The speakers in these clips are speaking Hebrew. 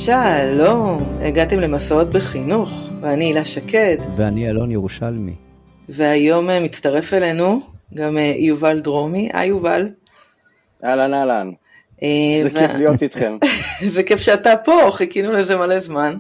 שלום, הגעתם למסעות בחינוך, ואני הילה שקד. ואני אלון ירושלמי. והיום מצטרף אלינו גם יובל דרומי. היי יובל. אהלן אהלן, זה כיף להיות איתכם. זה כיף שאתה פה, חיכינו לזה מלא זמן.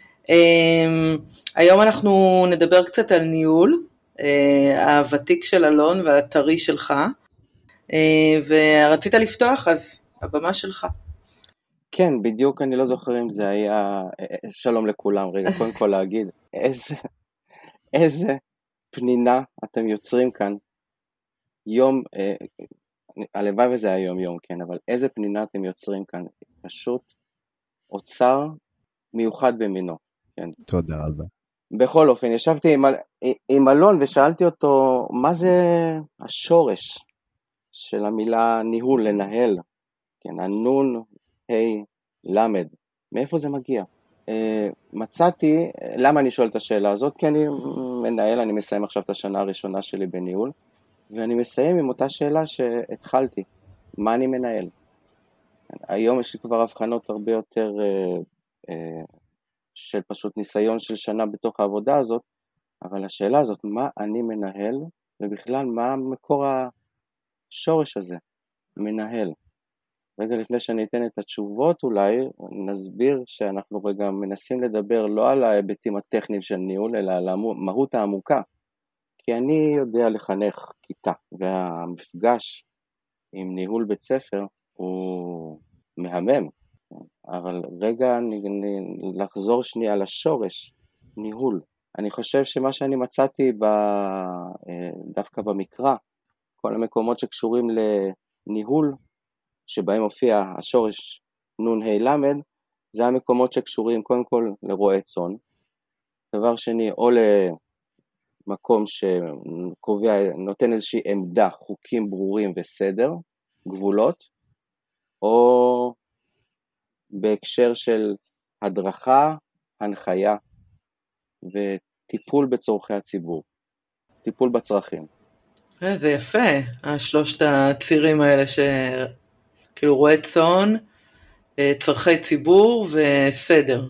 היום אנחנו נדבר קצת על ניהול, הוותיק של אלון והטרי שלך, ורצית לפתוח, אז הבמה שלך. כן, בדיוק, אני לא זוכר אם זה היה, שלום לכולם, רגע, קודם כל להגיד, איזה פנינה אתם יוצרים כאן, יום, הלוואי וזה היה יום, כן, אבל איזה פנינה אתם יוצרים כאן, פשוט אוצר מיוחד במינו, כן. תודה רבה. בכל אופן, ישבתי עם אלון ושאלתי אותו, מה זה השורש של המילה ניהול, לנהל, כן, הנון, היי, למד, מאיפה זה מגיע? מצאתי, למה אני שואל את השאלה הזאת? כי אני מנהל, אני מסיים עכשיו את השנה הראשונה שלי בניהול, ואני מסיים עם אותה שאלה שהתחלתי, מה אני מנהל? היום יש לי כבר הבחנות הרבה יותר של פשוט ניסיון של שנה בתוך העבודה הזאת, אבל השאלה הזאת, מה אני מנהל, ובכלל מה מקור השורש הזה, מנהל? רגע לפני שאני אתן את התשובות אולי, נסביר שאנחנו רגע מנסים לדבר לא על ההיבטים הטכניים של ניהול, אלא על המהות העמוקה. כי אני יודע לחנך כיתה, והמפגש עם ניהול בית ספר הוא מהמם. אבל רגע לחזור שנייה לשורש, ניהול. אני חושב שמה שאני מצאתי דווקא במקרא, כל המקומות שקשורים לניהול, שבהם הופיע השורש נון ה' למד, זה המקומות שקשורים קודם כל לרועי צאן, דבר שני, או למקום שקובע, נותן איזושהי עמדה, חוקים ברורים וסדר, גבולות, או בהקשר של הדרכה, הנחיה וטיפול בצורכי הציבור, טיפול בצרכים. זה יפה, השלושת הצירים האלה כאילו רועה צאן, צרכי ציבור וסדר.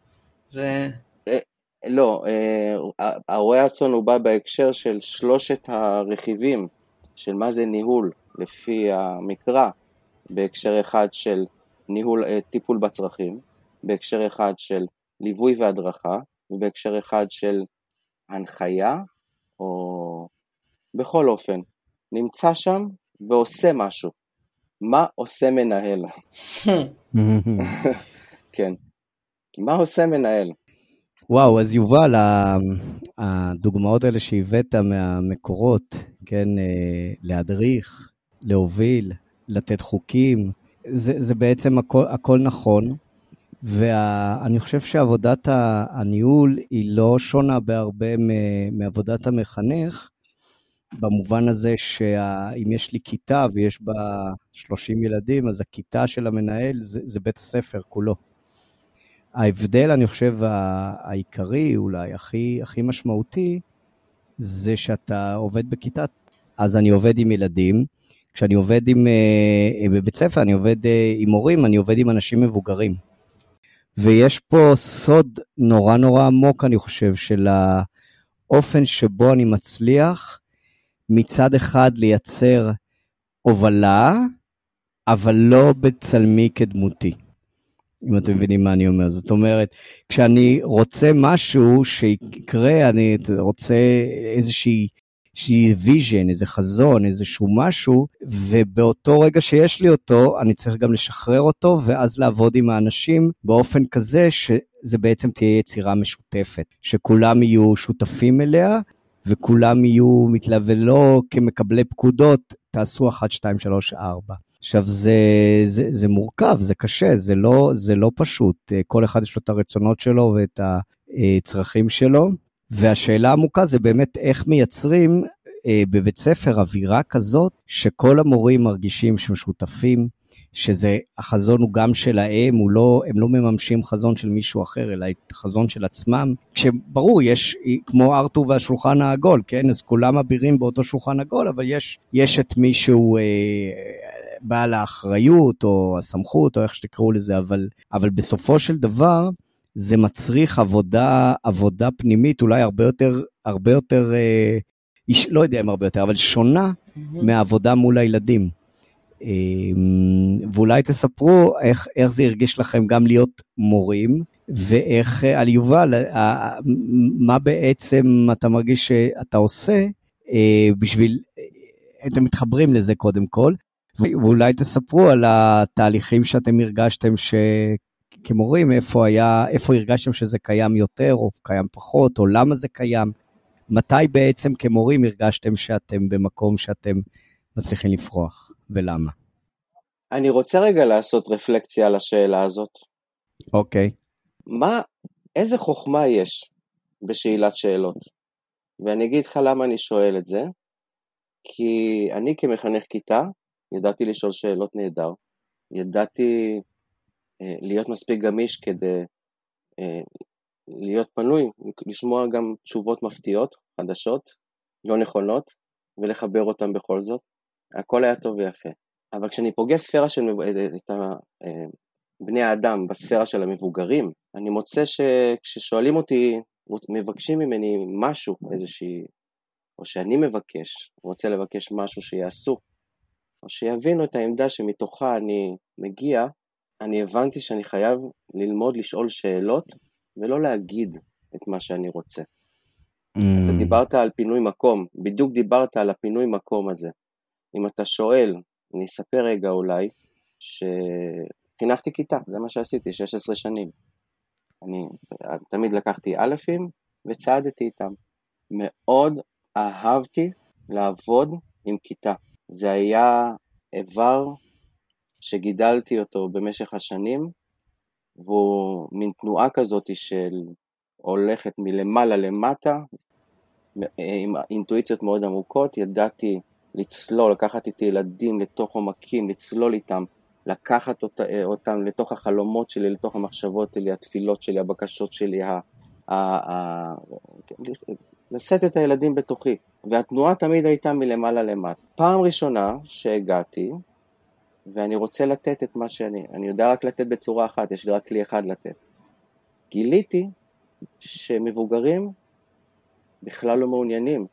לא, הרועה הצאן הוא בא בהקשר של שלושת הרכיבים של מה זה ניהול לפי המקרא, בהקשר אחד של ניהול, טיפול בצרכים, בהקשר אחד של ליווי והדרכה, ובהקשר אחד של הנחיה, או בכל אופן, נמצא שם ועושה משהו. מה עושה מנהל? כן. מה עושה מנהל? וואו, אז יובל, הדוגמאות האלה שהבאת מהמקורות, כן, להדריך, להוביל, לתת חוקים, זה בעצם הכל נכון, ואני חושב שעבודת הניהול היא לא שונה בהרבה מעבודת המחנך, במובן הזה שאם יש לי כיתה ויש בה 30 ילדים, אז הכיתה של המנהל זה בית הספר כולו. ההבדל, אני חושב, העיקרי, אולי הכי משמעותי, זה שאתה עובד בכיתה, אז אני עובד עם ילדים, כשאני עובד בבית ספר, אני עובד עם הורים, אני עובד עם אנשים מבוגרים. ויש פה סוד נורא נורא עמוק, אני חושב, של האופן שבו אני מצליח, מצד אחד לייצר הובלה, אבל לא בצלמי כדמותי. אם אתם מבינים מה אני אומר. זאת אומרת, כשאני רוצה משהו שיקרה, אני רוצה איזושהי vision, איזה חזון, איזשהו משהו, ובאותו רגע שיש לי אותו, אני צריך גם לשחרר אותו, ואז לעבוד עם האנשים באופן כזה, שזה בעצם תהיה יצירה משותפת, שכולם יהיו שותפים אליה, וכולם יהיו ולא כמקבלי פקודות, תעשו 1, 2, 3, 4. עכשיו זה מורכב, זה קשה, זה לא פשוט, כל אחד יש לו את הרצונות שלו ואת הצרכים שלו, והשאלה העמוקה זה באמת איך מייצרים בבית ספר אווירה כזאת, שכל המורים מרגישים שהם שותפים, שזה החזון הוא גם שלהם, הם לא מממשים חזון של מישהו אחר, אלא חזון של עצמם, כשברור, יש כמו ארתור והשולחן העגול, כן? אז כולם אבירים באותו שולחן עגול, אבל יש את מישהו בעל האחריות או הסמכות או איך שתקראו לזה, אבל בסופו של דבר זה מצריך עבודה פנימית, אולי הרבה יותר, לא יודע אם הרבה יותר, אבל שונה מהעבודה מול הילדים. ואולי תספרו איך זה הרגיש לכם גם להיות מורים, ואיך על יובל, מה בעצם אתה מרגיש שאתה עושה, בשביל, אתם מתחברים לזה קודם כל, ואולי תספרו על התהליכים שאתם הרגשתם כמורים, איפה הרגשתם שזה קיים יותר, או קיים פחות, או למה זה קיים, מתי בעצם כמורים הרגשתם שאתם במקום שאתם מצליחים לפרוח, ולמה? אני רוצה רגע לעשות רפלקציה על השאלה הזאת. אוקיי. איזה חוכמה יש בשאלת שאלות? ואני אגיד לך למה אני שואל את זה, כי אני כמחנך כיתה, ידעתי לשאול שאלות נהדר, ידעתי להיות מספיק גמיש כדי להיות פנוי, לשמוע גם תשובות מפתיעות, חדשות, לא נכונות, ולחבר אותם בכל זאת. הכל היה טוב ויפה. אבל כשאני פוגש ספירה של בני האדם בספירה של המבוגרים, אני מוצא שכששואלים אותי, מבקשים ממני משהו, או שאני רוצה לבקש משהו שיעשו, או שיבינו את העמדה שמתוכה אני מגיע, אני הבנתי שאני חייב ללמוד לשאול שאלות, ולא להגיד את מה שאני רוצה. אתה דיברת על פינוי מקום, בדיוק דיברת על הפינוי מקום הזה. אם אתה שואל, אני אספר רגע אולי, שחינכתי כיתה, זה מה שעשיתי, 16 שנים. אני תמיד לקחתי אלפים וצעדתי איתם. מאוד אהבתי לעבוד עם כיתה. זה היה איבר שגידלתי אותו במשך השנים, והוא מין תנועה כזאת של הולכת מלמעלה למטה, עם אינטואיציות מאוד עמוקות, ידעתי לצלול, לקחת איתי ילדים לתוך עומקים, לצלול איתם, לקחת אותם לתוך החלומות שלי, לתוך המחשבות שלי, התפילות שלי, הבקשות שלי, לשאת את הילדים בתוכי. והתנועה תמיד הייתה מלמעלה למטה. פעם ראשונה שהגעתי, ואני רוצה לתת את מה אני יודע רק לתת בצורה אחת, יש לי רק כלי אחד לתת. גיליתי שמבוגרים בכלל לא מעוניינים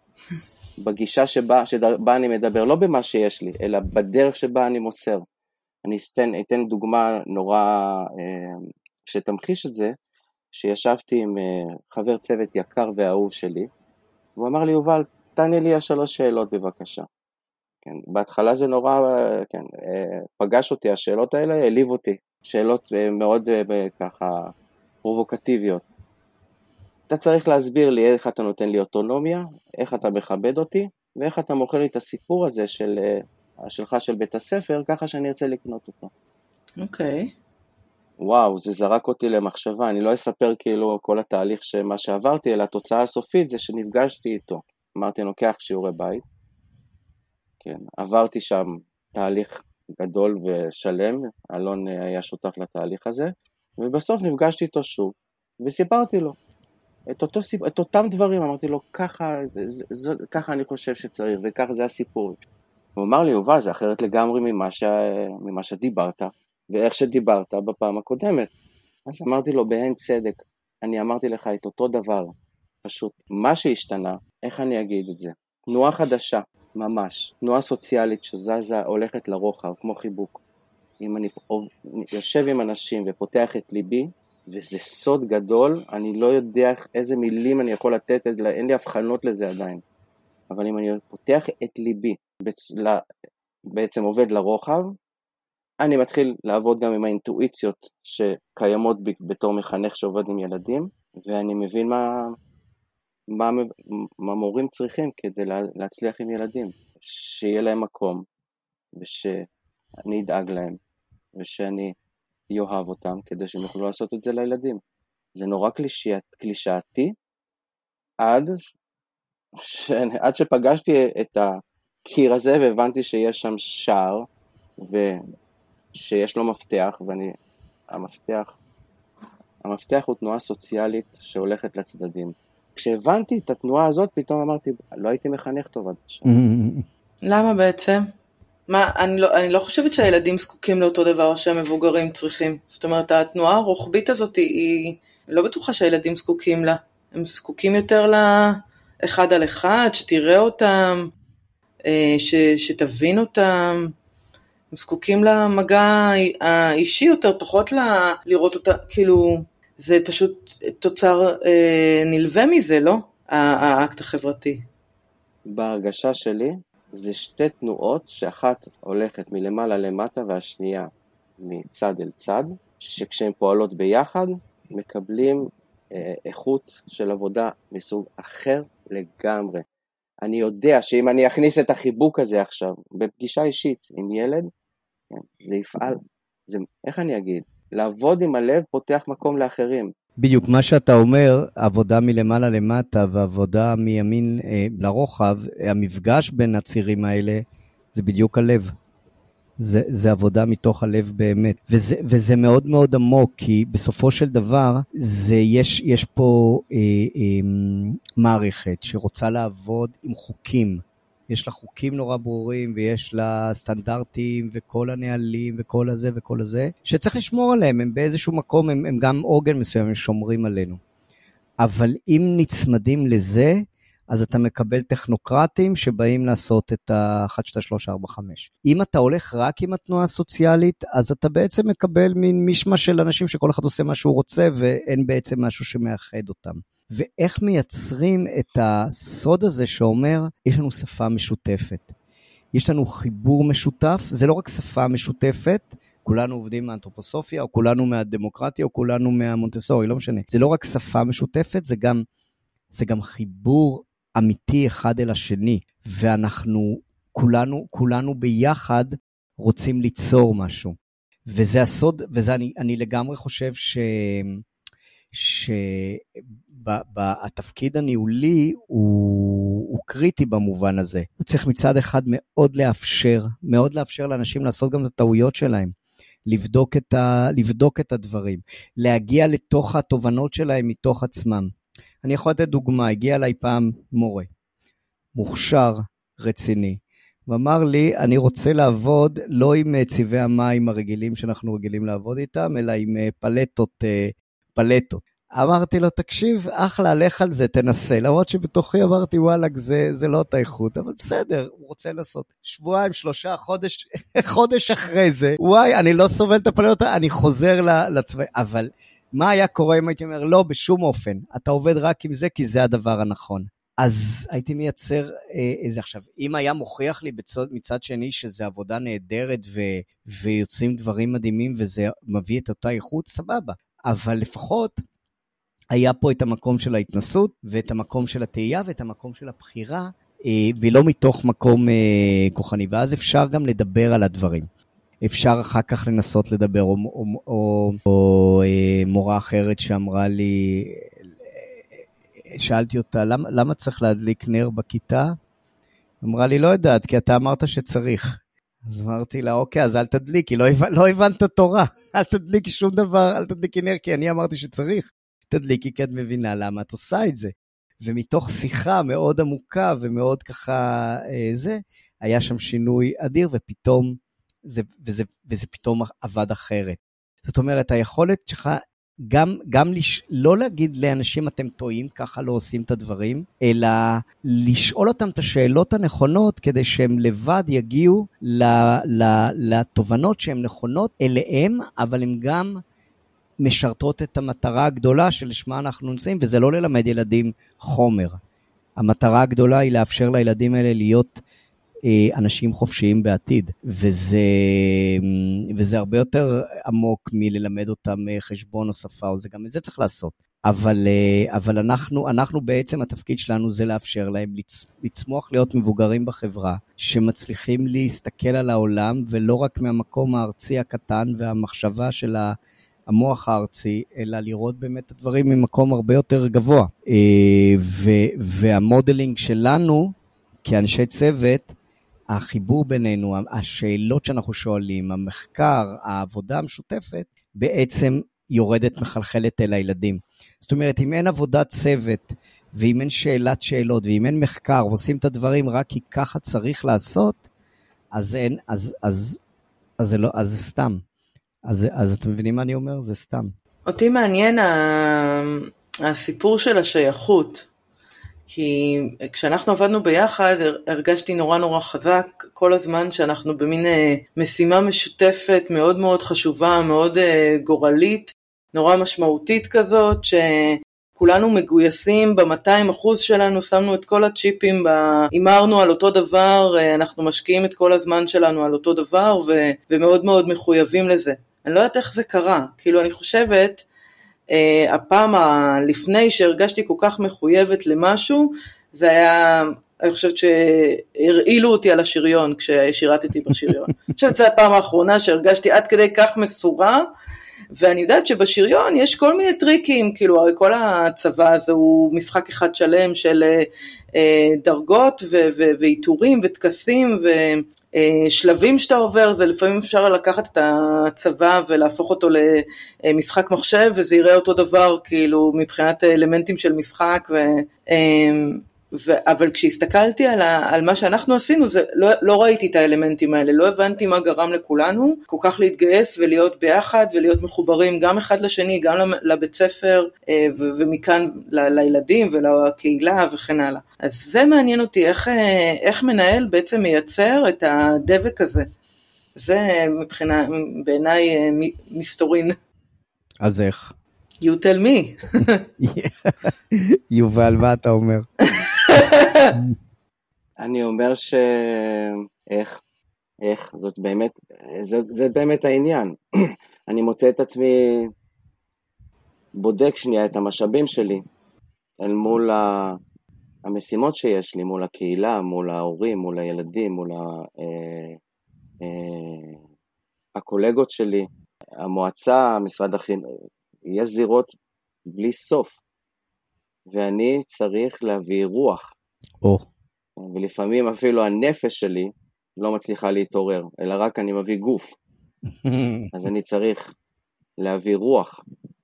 בגישה שבה אני מדבר, לא במה שיש לי, אלא בדרך שבה אני מוסר. אני אתן דוגמה נורא שתמחיש את זה, שישבתי עם חבר צוות יקר ואהוב שלי, והוא אמר לי, יובל, תענה לי 3 שאלות בבקשה. כן, בהתחלה זה נורא, כן, פגש אותי, השאלות האלה העליב אותי, שאלות מאוד ככה פרובוקטיביות. אתה צריך להסביר לי איך אתה נותן לי אוטונומיה, איך אתה מכבד אותי, ואיך אתה מוכר לי את הסיפור הזה שלך של בית הספר, ככה שאני ארצה לקנות אותו. אוקיי. וואו, זה זרק אותי למחשבה, אני לא אספר כאילו כל התהליך מה שעברתי, אלא התוצאה הסופית זה שנפגשתי איתו. אמרתי, אני לוקח שיעורי בית, כן, עברתי שם תהליך גדול ושלם, אלון היה שותף לתהליך הזה, ובסוף נפגשתי איתו שוב, וסיפרתי לו את אותם דברים, אמרתי לו, ככה אני חושב שצריך, וככה זה הסיפור. הוא אמר לי, יובל, זה אחרת לגמרי ממה שדיברת, ואיך שדיברת בפעם הקודמת. אז אמרתי לו, בהן צדק, אני אמרתי לך את אותו דבר, פשוט מה שהשתנה, איך אני אגיד את זה? תנועה חדשה, ממש, תנועה סוציאלית שזזה, הולכת לרוחב, כמו חיבוק. אם אני יושב עם אנשים ופותח את ליבי, וזה סוד גדול, אני לא יודע איזה מילים אני יכול לתת, אין לי הבחנות לזה עדיין. אבל אם אני פותח את ליבי, בעצם עובד לרוחב, אני מתחיל לעבוד גם עם האינטואיציות שקיימות בתור מחנך שעובד עם ילדים, ואני מבין מה מורים צריכים כדי להצליח עם ילדים. שיהיה להם מקום, ושאני אדאג להם, ושאני יאהב אותם, כדי שהם יוכלו לעשות את זה לילדים. זה נורא קלישאתי, עד שפגשתי את הקיר הזה, והבנתי שיש שם שער, ושיש לו מפתח, המפתח הוא תנועה סוציאלית שהולכת לצדדים. כשהבנתי את התנועה הזאת, פתאום אמרתי, לא הייתי מחנך טוב עד עכשיו. למה בעצם? אני לא חושבת שהילדים זקוקים לאותו דבר שהמבוגרים צריכים. זאת אומרת, התנועה הרוחבית הזאת היא לא בטוחה שהילדים זקוקים לה. הם זקוקים יותר לאחד על אחד, שתראה אותם, שתבין אותם. הם זקוקים למגע האישי יותר, פחות לראות אותה, כאילו, זה פשוט תוצר נלווה מזה, לא? האקט החברתי. בהרגשה שלי, זה שתי תנועות שאחת הולכת מלמעלה למטה והשנייה מצד אל צד, שכשהן פועלות ביחד, מקבלים איכות של עבודה מסוג אחר לגמרי. אני יודע שאם אני אכניס את החיבוק הזה עכשיו, בפגישה אישית עם ילד, זה יפעל, איך אני אגיד? לעבוד עם הלב פותח מקום לאחרים. בדיוק, מה שאתה אומר, עבודה מלמעלה למטה ועבודה מימין לרוחב, המפגש בין הצירים האלה, זה בדיוק הלב. זה עבודה מתוך הלב באמת. וזה מאוד מאוד עמוק, כי בסופו של דבר, יש פה מערכת שרוצה לעבוד עם חוקים. יש לה חוקים נורא ברורים, ויש לה סטנדרטים, וכל הנהלים, וכל הזה וכל הזה, שצריך לשמור עליהם, הם באיזשהו מקום, הם גם עוגן מסוים, הם שומרים עלינו. אבל אם נצמדים לזה, אז אתה מקבל טכנוקרטים שבאים לעשות את ה-1, 2, 3, 4, 5. אם אתה הולך רק עם התנועה הסוציאלית, אז אתה בעצם מקבל מין משמע של אנשים שכל אחד עושה מה שהוא רוצה, ואין בעצם משהו שמאחד אותם. ואיך מייצרים את הסוד הזה שאומר, יש לנו שפה משותפת. יש לנו חיבור משותף, זה לא רק שפה משותפת, כולנו עובדים מהאנתרופוסופיה, או כולנו מהדמוקרטיה, או כולנו מהמונטסורי, לא משנה. זה לא רק שפה משותפת, זה גם חיבור אמיתי אחד אל השני, ואנחנו כולנו ביחד רוצים ליצור משהו. וזה הסוד, אני לגמרי חושב שהתפקיד הניהולי הוא קריטי במובן הזה. הוא צריך מצד אחד מאוד לאפשר לאנשים לעשות גם את הטעויות שלהם, לבדוק את הדברים, להגיע לתוך התובנות שלהם מתוך עצמם. אני יכול לתת דוגמה, הגיע אליי פעם מורה, מוכשר, רציני, ואמר לי, אני רוצה לעבוד לא עם צבעי המים הרגילים שאנחנו רגילים לעבוד איתם, אלא עם פלטות. אמרתי לו, תקשיב, אחלה, הלך על זה, תנסה. למרות שבתוכי אמרתי, וואלק, זה לא אותה איכות, אבל בסדר, הוא רוצה לעשות. שבועיים, 3, חודש אחרי זה, וואי, אני לא סובל את הפלטות, אני חוזר לצבע. אבל מה היה קורה אם הייתי אומר, לא, בשום אופן, אתה עובד רק עם זה, כי זה הדבר הנכון. אז הייתי מייצר איזה עכשיו, אם היה מוכיח לי מצד שני שזה עבודה נהדרת ויוצאים דברים מדהימים וזה מביא את אותה איכות, סבבה. אבל לפחות היה פה את המקום של ההתנסות ואת המקום של התהייה ואת המקום של הבחירה, ולא מתוך מקום כוחני. ואז אפשר גם לדבר על הדברים. אפשר אחר כך לנסות לדבר, או מורה אחרת שאמרה לי, שאלתי אותה, למה צריך להדליק נר בכיתה? אמרה לי, לא יודעת, כי אתה אמרת שצריך. אז אמרתי לה, אוקיי, אז אל תדליקי, לא הבנת תורה, אל תדליקי שום דבר, אל תדליקי נר, כי אני אמרתי שצריך. תדליקי, כי את מבינה למה את עושה את זה. ומתוך שיחה מאוד עמוקה ומאוד ככה, היה שם שינוי אדיר, ופתאום, וזה פתאום עבד אחרת. זאת אומרת, היכולת שלך, גם לא להגיד לאנשים אתם טועים, ככה לא עושים את הדברים, אלא לשאול אותם את השאלות הנכונות, כדי שהם לבד יגיעו לתובנות שהן נכונות אליהם, אבל הם גם משרתות את המטרה הגדולה שלשמה אנחנו נמצאים, וזה לא ללמד ילדים חומר. המטרה הגדולה היא לאפשר לילדים האלה להיות אנשים חופשיים בעתיד, וזה הרבה יותר עמוק מללמד אותם חשבון או שפה, או זה גם את זה צריך לעשות. אבל אנחנו בעצם התפקיד שלנו זה לאפשר להם לצמוח להיות מבוגרים בחברה, שמצליחים להסתכל על העולם, ולא רק מהמקום הארצי הקטן והמחשבה של המוח הארצי, אלא לראות באמת את הדברים ממקום הרבה יותר גבוה. והמודלינג שלנו, כאנשי צוות, החיבור בינינו, השאלות שאנחנו שואלים, המחקר, העבודה המשותפת, בעצם יורדת מחלחלת אל הילדים. זאת אומרת, אם אין עבודת צוות, ואם אין שאלת שאלות, ואם אין מחקר, ועושים את הדברים רק כי ככה צריך לעשות, אז אין, אז זה לא, אז זה סתם. אז אתם מבינים מה אני אומר? זה סתם. אותי מעניין הסיפור של השייכות, כי כשאנחנו עבדנו ביחד הרגשתי נורא נורא חזק כל הזמן שאנחנו במין משימה משותפת מאוד מאוד חשובה, מאוד גורלית, נורא משמעותית כזאת, שכולנו מגויסים ב-200% שלנו, שמנו את כל הצ'יפים, אמרנו על אותו דבר, אנחנו משקיעים את כל הזמן שלנו על אותו דבר ומאוד מאוד מחויבים לזה. אני לא יודעת איך זה קרה, כאילו אני חושבת, הפעם לפני שהרגשתי כל כך מחויבת למשהו, זה היה, אני חושבת שהרעילו אותי על השריון כששירתתי בשריון. אני חושבת שזה הפעם האחרונה שהרגשתי עד כדי כך מסורה, ואני יודעת שבשריון יש כל מיני טריקים, כאילו הרי כל הצבא הזה הוא משחק אחד שלם של דרגות ואיתורים וטקסים שלבים שאתה עובר, זה לפעמים אפשר לקחת את הצבא ולהפוך אותו למשחק מחשב, וזה יראה אותו דבר כאילו מבחינת אלמנטים של משחק, אבל כשהסתכלתי על מה שאנחנו עשינו, לא ראיתי את האלמנטים האלה, לא הבנתי מה גרם לכולנו כל כך להתגייס ולהיות ביחד ולהיות מחוברים גם אחד לשני, גם לבית ספר ומכאן לילדים ולקהילה וכן הלאה. אז זה מעניין אותי, איך מנהל בעצם מייצר את הדבק הזה. זה בעיניי מסתורין. אז איך? You tell me. יובל, מה אתה אומר? אני אומר איך, זה באמת העניין. אני מוצא את עצמי בודק שנייה את המשאבים שלי, אל מול המשימות שיש לי, מול הקהילה, מול ההורים, מול הילדים, מול הקולגות שלי, המועצה, משרד החינוך, יש זירות בלי סוף, ואני צריך להביא רוח. ולפעמים אפילו הנפש שלי לא מצליחה להתעורר, אלא רק אני מביא גוף. אז אני צריך להביא רוח.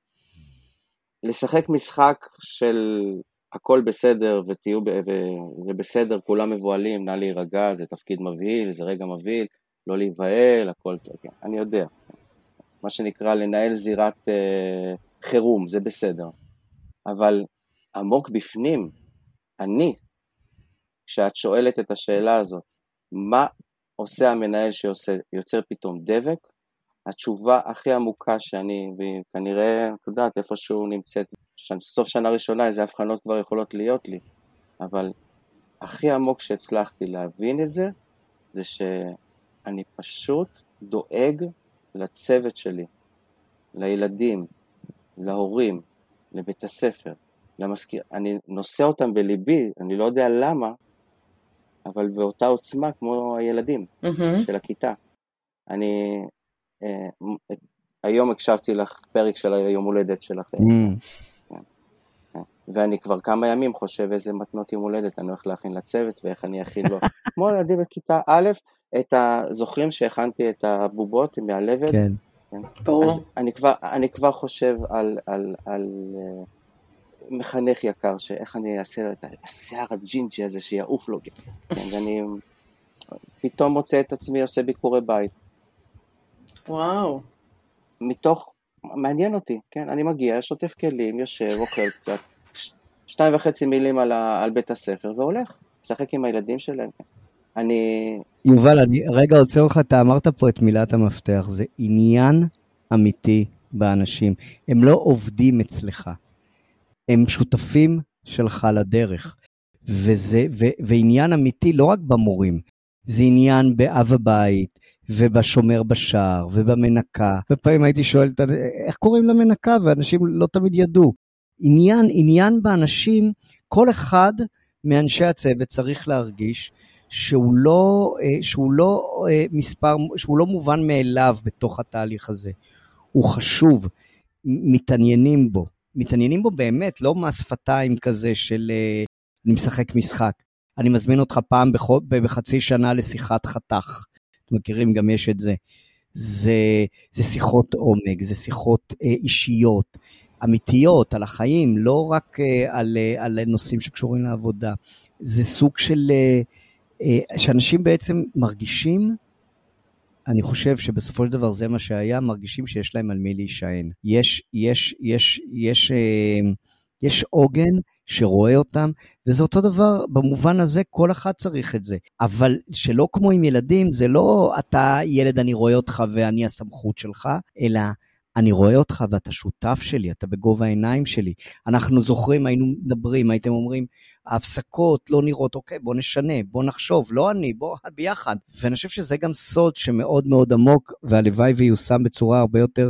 לשחק משחק של הכל בסדר, וזה בסדר, כולם מבועלים, נא להירגע, זה תפקיד מבהיל, זה רגע מבהיל, לא להיבהל, הכל טוב. אני יודע. מה שנקרא לנהל זירת חירום, זה בסדר. אבל עמוק בפנים, כשאת שואלת את השאלה הזאת, מה עושה המנהל שיוצר פתאום דבק? התשובה הכי עמוקה שאני, וכנראה, את יודעת, איפשהו נמצאת, סוף שנה ראשונה, איזה הבחנות כבר יכולות להיות לי, אבל הכי עמוק שהצלחתי להבין את זה, זה שאני פשוט דואג לצוות שלי, לילדים, להורים, לבית הספר, למזכיר, אני נושא אותם בליבי, אני לא יודע למה, אבל באותה עוצמה כמו הילדים של הכיתה. אני היום הקשבתי לך פרק של היום הולדת שלכם, ואני כבר כמה ימים חושב איזה מתנות יום הולדת אני הולך להכין לצוות, ואיך אני אכין לו, כמו ילדים בכיתה א', זוכרים שהכנתי את הבובות מהלבד? כן. אז אני כבר חושב על מחנך יקר, שאיך אני אעשה לו את השיער הג'ינג'י הזה שיעוף לו, כן, ואני פתאום מוצא את עצמי עושה ביקורי בית. וואו. מעניין אותי, כן, אני מגיע, שוטף כלים, יושב, אוכל קצת, 2.5 מילים על בית הספר, והולך, לשחק עם הילדים שלהם. יובל, אני רגע עוצר לך, אתה אמרת פה את מילת המפתח, זה עניין אמיתי באנשים, הם לא עובדים אצלך, הם שותפים שלך לדרך, ועניין אמיתי לא רק במורים, זה עניין באב הבית, ובשומר בשער, ובמנקה, ופעמים הייתי שואל, איך קוראים למנקה, ואנשים לא תמיד ידעו, עניין באנשים, כל אחד מאנשי הצוות צריך להרגיש, שהוא לא מובן מאליו בתוך התהליך הזה, הוא חשוב, מתעניינים בו באמת, לא מהשפתיים כזה של אני משחק משחק, אני מזמין אותך פעם בחצי שנה לשיחת חתך, אתם מכירים, גם יש את זה, זה שיחות עומק, זה שיחות אישיות, אמיתיות על החיים, לא רק על נושאים שקשורים לעבודה, זה סוג של שאנשים בעצם מרגישים, אני חושב שבסופו של דבר זה מה שהיה, מרגישים שיש להם על מי להישען. יש עוגן שרואה אותם, וזה אותו דבר, במובן הזה כל אחד צריך את זה. אבל שלא כמו עם ילדים, זה לא אתה ילד אני רואה אותך ואני הסמכות שלך, אלא אני רואה אותך ואתה שותף שלי, אתה בגובה העיניים שלי. אנחנו זוכרים, היינו מדברים, הייתם אומרים, ההפסקות לא נראות, אוקיי, בוא נשנה, בוא נחשוב, לא אני, בוא ביחד. ואני חושב שזה גם סוד שמאוד מאוד עמוק, והלוואי ויושם בצורה הרבה יותר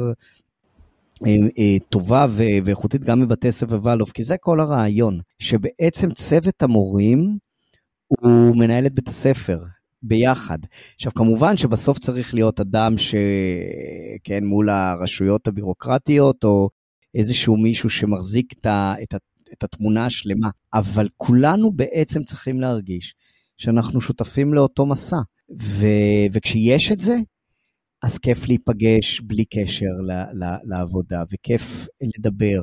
טובה ואיכותית גם בבתי ספר ולוף, כי זה כל הרעיון, שבעצם צוות המורים הוא מנהל את בית הספר ביחד. עכשיו כמובן שבסוף צריך להיות אדם שכן מול הרשויות הבירוקרטיות, או איזשהו מישהו שמחזיק את התמונה השלמה, אבל כולנו בעצם צריכים להרגיש שאנחנו שותפים לאותו מסע, וכשיש את זה, אז כיף להיפגש בלי קשר לעבודה, וכיף לדבר,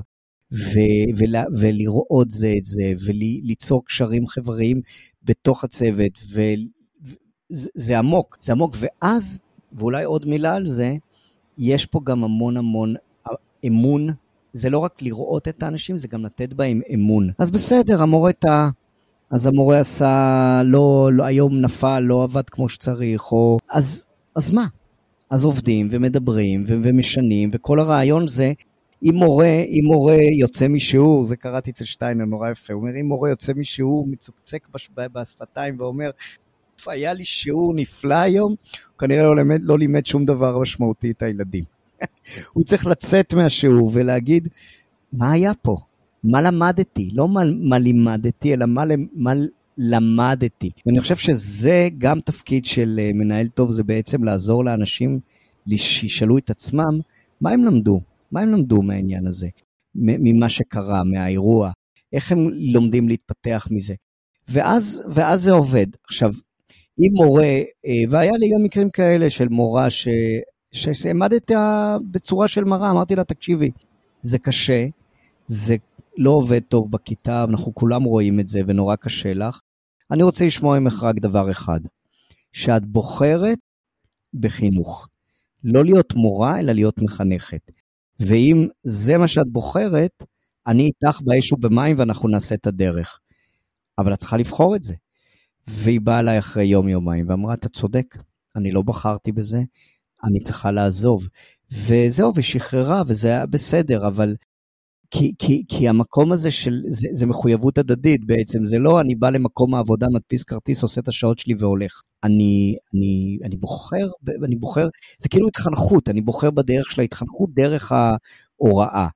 ולראות זה את זה, וליצור קשרים חבריים בתוך הצוות, וזה עמוק, זה עמוק, ואז, ואולי עוד מילה על זה, יש פה גם המון המון אמון, זה לא רק לראות את האנשים, זה גם לתת בהם אמון. אז בסדר, אז המורה עשה, לא, היום נפל, לא עבד כמו שצריך, אז מה? אז עובדים ומדברים ומשנים, וכל הרעיון זה, אם מורה יוצא משיעור, זה קראתי אצל שטיינר נורא יפה, הוא אומר, אם מורה יוצא משיעור, מצוקצק בשפתיים ואומר, היה לי שיעור נפלא היום, הוא כנראה לא לימד שום דבר משמעותי את הילדים. הוא צריך לצאת מהשיעור ולהגיד, מה היה פה? מה למדתי? לא מה לימדתי, אלא מה למדתי. ואני חושב שזה גם תפקיד של מנהל טוב, זה בעצם לעזור לאנשים שישאלו את עצמם, מה הם למדו? מה הם למדו מהעניין הזה? ממה שקרה, מהאירוע? איך הם לומדים להתפתח מזה? ואז זה עובד. עכשיו, אם מורה, והיה לי גם מקרים כאלה של מורה שעמדת בצורה של מראה, אמרתי לה, תקשיבי, זה קשה, זה לא עובד טוב בכיתה, אנחנו כולם רואים את זה ונורא קשה לך. אני רוצה לשמוע ממך רק דבר אחד, שאת בוחרת בחינוך, לא להיות מורה, אלא להיות מחנכת. ואם זה מה שאת בוחרת, אני איתך באש ובמים ואנחנו נעשה את הדרך. אבל את צריכה לבחור את זה. והיא באה אליי אחרי יומיים ואמרה, אתה צודק, אני לא בחרתי בזה, אני צריכה לעזוב. וזהו, ושחררה, וזה היה בסדר, אבל כי המקום הזה זה מחויבות הדדית בעצם, זה לא אני בא למקום העבודה, מדפיס כרטיס, עושה את השעות שלי והולך. אני בוחר, זה כאילו התחנכות, אני בוחר בדרך של ההתחנכות, דרך ההוראה.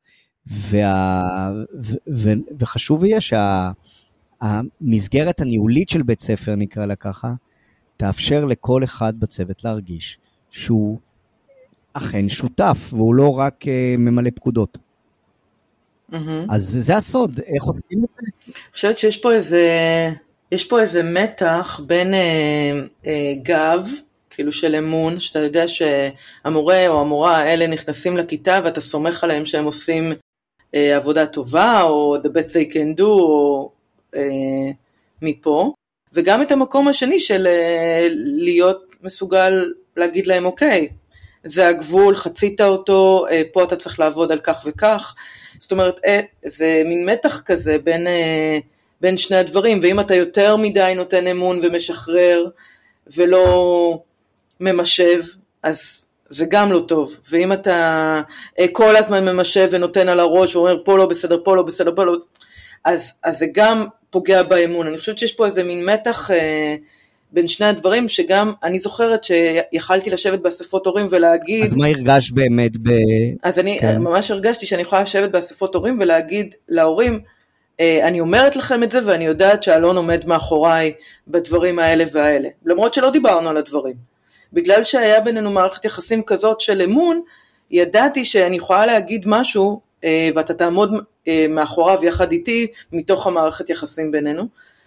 וחשוב יהיה שהמסגרת הניהולית של בית ספר, נקרא לה ככה, תאפשר לכל אחד בצוות להרגיש שהוא אכן שותף, והוא לא רק ממלא פקודות. אז זה הסוד, איך עושים את זה? אני חושבת שיש פה איזה מתח בין גב, כאילו של אמון, שאתה יודע שהמורה או המורה האלה נכנסים לכיתה, ואתה סומך עליהם שהם עושים עבודה טובה, או the best they can do, או מפה, וגם את המקום השני של להיות מסוגל להגיד להם, אוקיי, זה הגבול, חצית אותו, פה אתה צריך לעבוד על כך וכך, זאת אומרת, זה מין מתח כזה בין שני הדברים, ואם אתה יותר מדי נותן אמון ומשחרר, ולא ממשב, אז זה גם לא טוב, ואם אתה כל הזמן ממשב ונותן על הראש, ואומר פה לא בסדר, פה לא בסדר, פה לא בסדר, אז זה גם פוגע באמון. אני חושבת שיש פה איזה מין מתח בין שני הדברים, שגם אני זוכרת שיכלתי לשבת באספות הורים ולהגיד... אז מה הרגש באמת אז אני ממש הרגשתי שאני יכולה לשבת באספות הורים ולהגיד להורים, אני אומרת לכם את זה ואני יודעת שאלון עומד מאחוריי בדברים האלה והאלה. למרות שלא דיברנו על הדברים. בגלל שהיה בינינו מערכת יחסים כזאת של אמון, ידעתי שאני יכולה להגיד משהו, ואתה תעמוד מאחוריו יחד איתי, מתוך המערכת יחסים בינינו.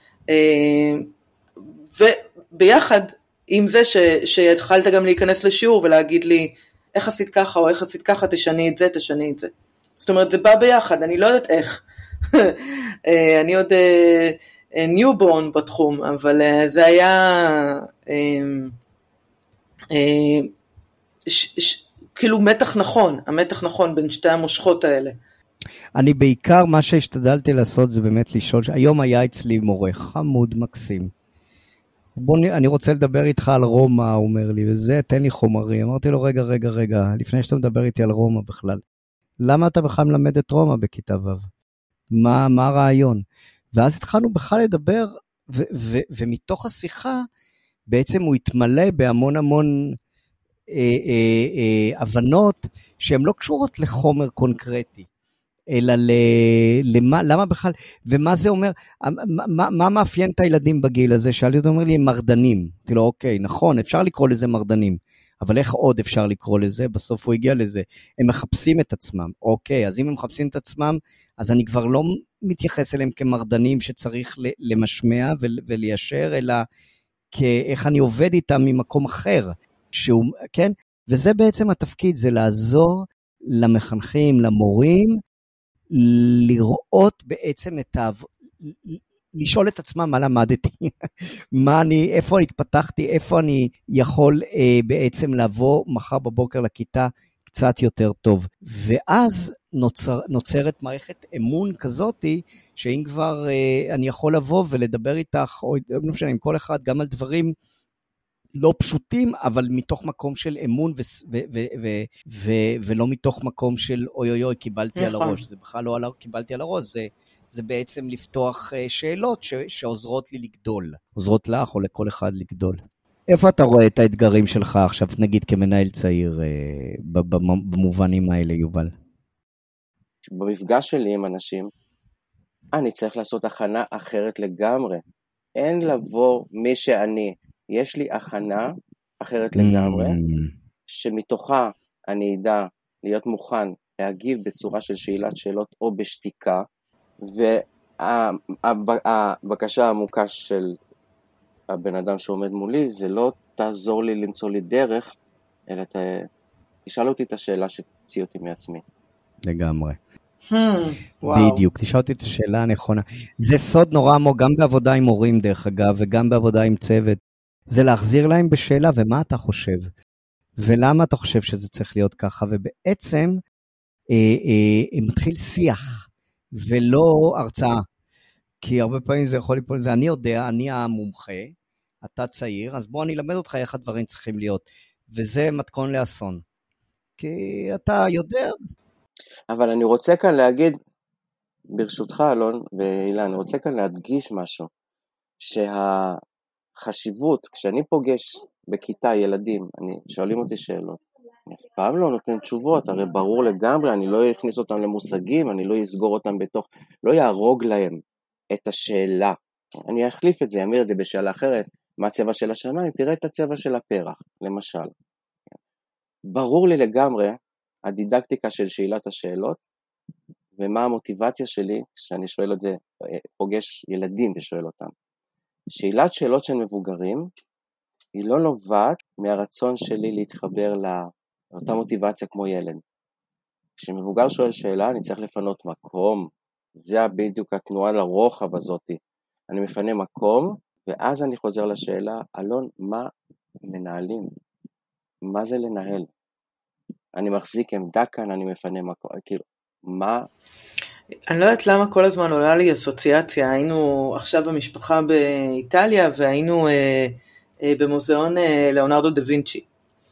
וביחד עם זה שיכלת גם להיכנס לשיעור ולהגיד לי, איך עשית ככה או איך עשית ככה, תשני את זה, תשני את זה. זאת אומרת, זה בא ביחד, אני לא יודעת איך. אני עוד ניובורן בתחום, אבל זה היה כאילו מתח נכון, המתח נכון בין שתי המושכות האלה. אני בעיקר, מה שהשתדלתי לעשות זה באמת לשאול, היום היה אצלי מורה חמוד מקסים, אני רוצה לדבר איתך על רומא, הוא אומר לי, וזה, תן לי חומרי. אמרתי לו, רגע, לפני שאתה מדבר איתי על רומא בכלל, למה אתה בכלל מלמד את רומא בכיתה ו'? מה הרעיון? ואז התחלנו בכלל לדבר, ומתוך השיחה, בעצם הוא התמלא בהמון הבנות, שהן לא קשורות לחומר קונקרטי, אלא למה בכלל, ומה זה אומר, מה מאפיין את הילדים בגיל הזה? שאלי אותו, אומר לי, הם מרדנים. אמרתי לו, אוקיי, נכון, אפשר לקרוא לזה מרדנים, אבל איך עוד אפשר לקרוא לזה? בסוף הוא הגיע לזה, הם מחפשים את עצמם. אוקיי, אז אם הם מחפשים את עצמם, אז אני כבר לא מתייחס אליהם כמרדנים שצריך למשמע וליישר, אלא כאיך אני עובד איתם ממקום אחר, כן? וזה בעצם התפקיד, זה לעזור למחנכים, למורים, לראות בעצם לשאול את עצמם מה למדתי, איפה התפתחתי, איפה אני יכול בעצם לבוא מחר בבוקר לכיתה קצת יותר טוב. ואז נוצרת מערכת אמון כזאת, שאם כבר אני יכול לבוא ולדבר איתך, או לא משנה, עם כל אחד, גם על דברים לא פשוטים, אבל מתוך מקום של אמון ולא מתוך מקום של אוי, קיבלתי על הראש. זה בכלל לא קיבלתי על הראש, זה בעצם לפתוח שאלות שעוזרות לי לגדול, עוזרות לך או לכל אחד לגדול. איפה אתה רואה את האתגרים שלך עכשיו, נגיד כמנהל צעיר, במובנים האלה, יובל? במפגש שלי עם אנשים, אני צריך לעשות הכנה אחרת לגמרי. אין לבוא מי שאני, יש לי הכנה אחרת לגמרי, שמתוכה אני אדע להיות מוכן להגיב בצורה של שאלת שאלות או בשתיקה, והבקשה העמוקה של הבן אדם שעומד מולי, זה לא תעזור לי למצוא לי דרך, אלא תשאל אותי את השאלה שתוציא אותי מעצמי. לגמרי. בדיוק, תשאל אותי את השאלה הנכונה. זה סוד נורא עמוק, גם בעבודה עם הורים דרך אגב, וגם בעבודה עם צוות, זה להחזיר להם בשאלה, ומה אתה חושב? ולמה אתה חושב שזה צריך להיות ככה? ובעצם מתחיל שיח, ולא הרצאה. כי הרבה פעמים זה יכול ליפול לזה, אני יודע, אני המומחה, אתה צעיר, אז בוא אני אלמד אותך איך הדברים צריכים להיות. וזה מתכון לאסון. כי אתה יודע. אבל אני רוצה כאן להגיד, ברשותך אלון ואילן, אני רוצה כאן להדגיש משהו, שהחשיבות, כשאני פוגש בכיתה ילדים, שואלים אותי שאלות, אני אף פעם לא נותן תשובות, הרי ברור לגמרי, אני לא אכניס אותם למושגים, אני לא אסגור אותם בתוך, לא יהרוג להם את השאלה, אני אחליף את זה, אמיר את זה בשאלה אחרת, מה הצבע של השמיים, תראה את הצבע של הפרח, למשל. ברור לי לגמרי, הדידקטיקה של שאלת השאלות, ומה המוטיבציה שלי, כשאני שואל את זה, פוגש ילדים ושואל אותם. שאלת שאלות של מבוגרים, היא לא נובעת מהרצון שלי להתחבר לאותה מוטיבציה כמו ילד. כשמבוגר שואל שאלה, אני צריך לפנות מקום, זה בדיוק התנועה לרוחב הזאת. אני מפנה מקום, ואז אני חוזר לשאלה, אלון, מה מנהלים? מה זה לנהל? אני מחזיק עמדה כאן, אני מפנה מקום, כאילו, מה? אני לא יודעת למה כל הזמן עולה לי אסוציאציה, היינו עכשיו במשפחה באיטליה, והיינו במוזיאון לאונרדו דה וינצ'י,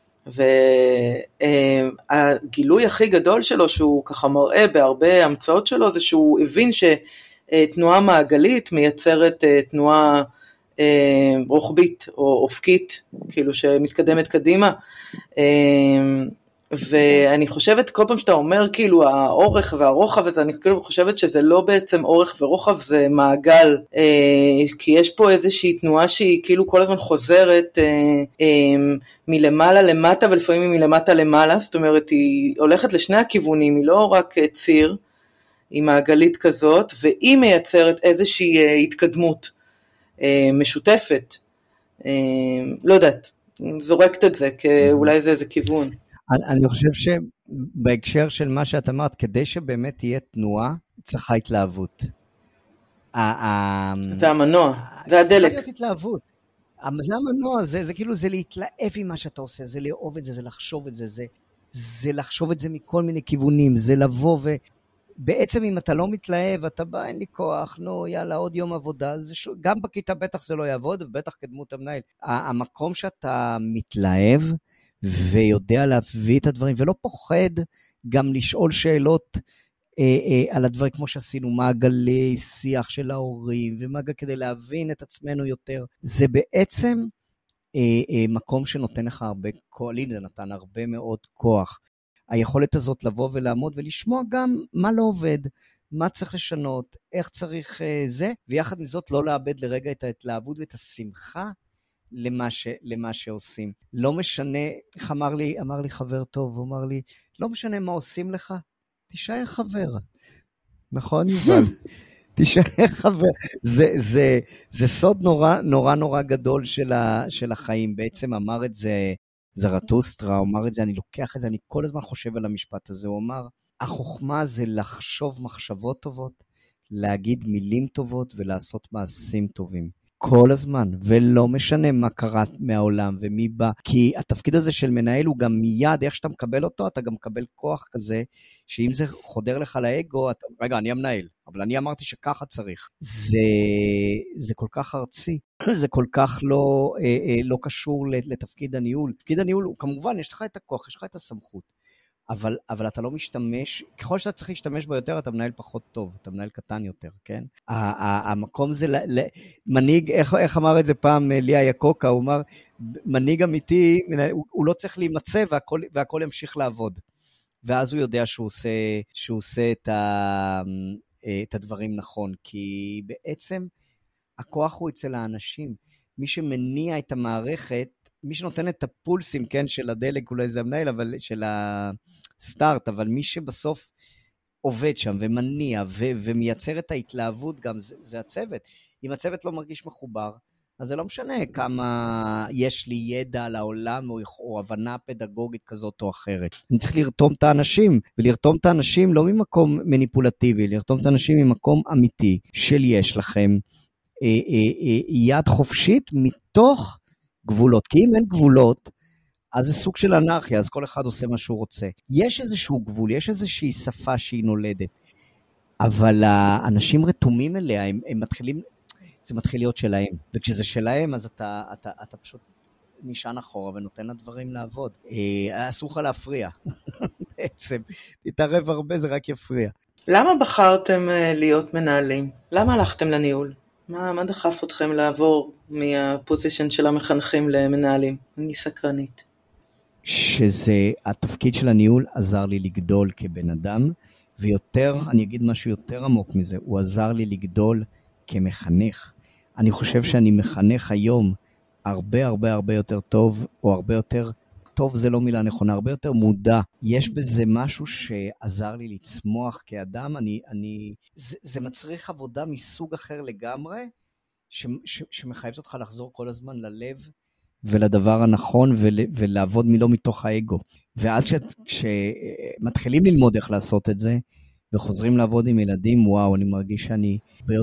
והגילוי הכי גדול שלו, שהוא ככה מראה בהרבה המצאות שלו, זה שהוא הבין שתנועה מעגלית מייצרת תנועה רוחבית או אופקית, כאילו שמתקדמת קדימה, ואני חושבת כל פעם שאתה אומר כאילו האורך והרוחב הזה, אני כאילו חושבת שזה לא בעצם אורך ורוחב, זה מעגל, כי יש פה איזושהי תנועה שהיא כאילו כל הזמן חוזרת מלמעלה למטה, ולפעמים מלמטה למעלה, זאת אומרת היא הולכת לשני הכיוונים, היא לא רק ציר, היא מעגלית כזאת, והיא מייצרת איזושהי התקדמות משותפת, לא יודעת, זורקת את זה, אולי זה איזה כיוון. אני חושב שבהקשר של מה שאת אמרת, כדי שבאמת תהיה תנועה, צריכה התלהבות. זה המנוע, זה הדלק. צריכה להיות התלהבות. זה המנוע, זה כאילו, זה להתלהב עם מה שאתה עושה, זה לאהוב את זה, זה לחשוב את זה, זה לחשוב את זה מכל מיני כיוונים, זה לבוא בעצם אם אתה לא מתלהב, אתה בא, אין לי כוח, נו, יאללה, עוד יום עבודה, גם בכיתה בטח זה לא יעבוד, ובטח כדמות המנהל. המקום שאתה מתלהב, ויודע להביא את הדברים, ולא פוחד גם לשאול שאלות על הדברים, כמו שעשינו, מעגלי שיח של ההורים, ומעגל כדי להבין את עצמנו יותר. זה בעצם מקום שנותן לך הרבה כוח, לי זה נתן הרבה מאוד כוח. היכולת הזאת לבוא ולעמוד ולשמוע גם מה לא עובד, מה צריך לשנות, איך צריך זה, ויחד עם זאת לא לאבד לרגע את ההתלהבות ואת השמחה למה שעושים. לא משנה, איך אמר לי חבר טוב, הוא אמר לי, לא משנה מה עושים לך, תישאר חבר. נכון, יובל? תישאר חבר. זה סוד נורא גדול של החיים. בעצם אמר את זה זרטוסטרה, הוא אמר את זה, אני לוקח את זה, אני כל הזמן חושב על המשפט הזה, הוא אמר, החוכמה זה לחשוב מחשבות טובות, להגיד מילים טובות ולעשות מעשים טובים. כל הזמן, ולא משנה מה קרה מהעולם ומי בא, כי התפקיד הזה של מנהל הוא גם מיד, איך שאתה מקבל אותו, אתה גם מקבל כוח כזה, שאם זה חודר לך לאגו, רגע, אני המנהל, אבל אני אמרתי שככה צריך. זה כל כך ארצי, זה כל כך לא קשור לתפקיד הניהול. תפקיד הניהול הוא כמובן, יש לך את הכוח, יש לך את הסמכות, אבל אתה לא משתמש, ככל שאתה צריך להשתמש בו יותר, אתה מנהל פחות טוב, אתה מנהל קטן יותר, כן? המקום זה, מנהיג, איך אמר את זה פעם ליה יקוקה, הוא אמר, מנהיג אמיתי, הוא לא צריך להימצא והכל ימשיך לעבוד. ואז הוא יודע שהוא עושה את הדברים נכון, כי בעצם הכוח הוא אצל האנשים. מי שמניע את המערכת, מי שנותן את הפולסים, כן, של הדלק, אולי זה המנהל, אבל של הסטארט, אבל מי שבסוף עובד שם ומניע ומייצר את ההתלהבות גם, זה הצוות. אם הצוות לא מרגיש מחובר, אז זה לא משנה כמה יש לי ידע על העולם או הבנה פדגוגית כזאת או אחרת. אני צריך לרתום את האנשים, ולרתום את האנשים לא ממקום מניפולטיבי, לרתום את האנשים ממקום אמיתי של יש לכם יד חופשית מתוך גבולות, כי אם אין גבולות, אז זה סוג של אנרכיה, אז כל אחד עושה מה שהוא רוצה. יש איזשהו גבול, יש איזושהי שפה שהיא נולדת, אבל האנשים רתומים אליה, הם מתחילים, זה מתחיל להיות שלהם, וכשזה שלהם, אז אתה פשוט נשען אחורה ונותן לדברים לעבוד. אסור לך להפריע, בעצם, תתערב הרבה, זה רק יפריע. למה בחרתם להיות מנהלים? למה הלכתם לניהול? מה דחף אתכם לעבור מהפוזישן של המחנכים למנהלים? אני סקרנית. שזה, התפקיד של הניהול עזר לי לגדול כבן אדם, ויותר, אני אגיד משהו יותר עמוק מזה, הוא עזר לי לגדול כמחנך. אני חושב שאני מחנך היום הרבה יותר טוב, או הרבה יותר טוב זה לא מילה נכונה, הרבה יותר מודע. יש בזה משהו שעזר לי לצמוח כאדם, זה מצריך עבודה מסוג אחר לגמרי, שמחייבת אותך לחזור כל הזמן ללב, ולדבר הנכון, ולעבוד לא מתוך האגו. ואז כשמתחילים ללמוד איך לעשות את זה, וחוזרים לעבוד עם ילדים, וואו, אני מרגיש שאני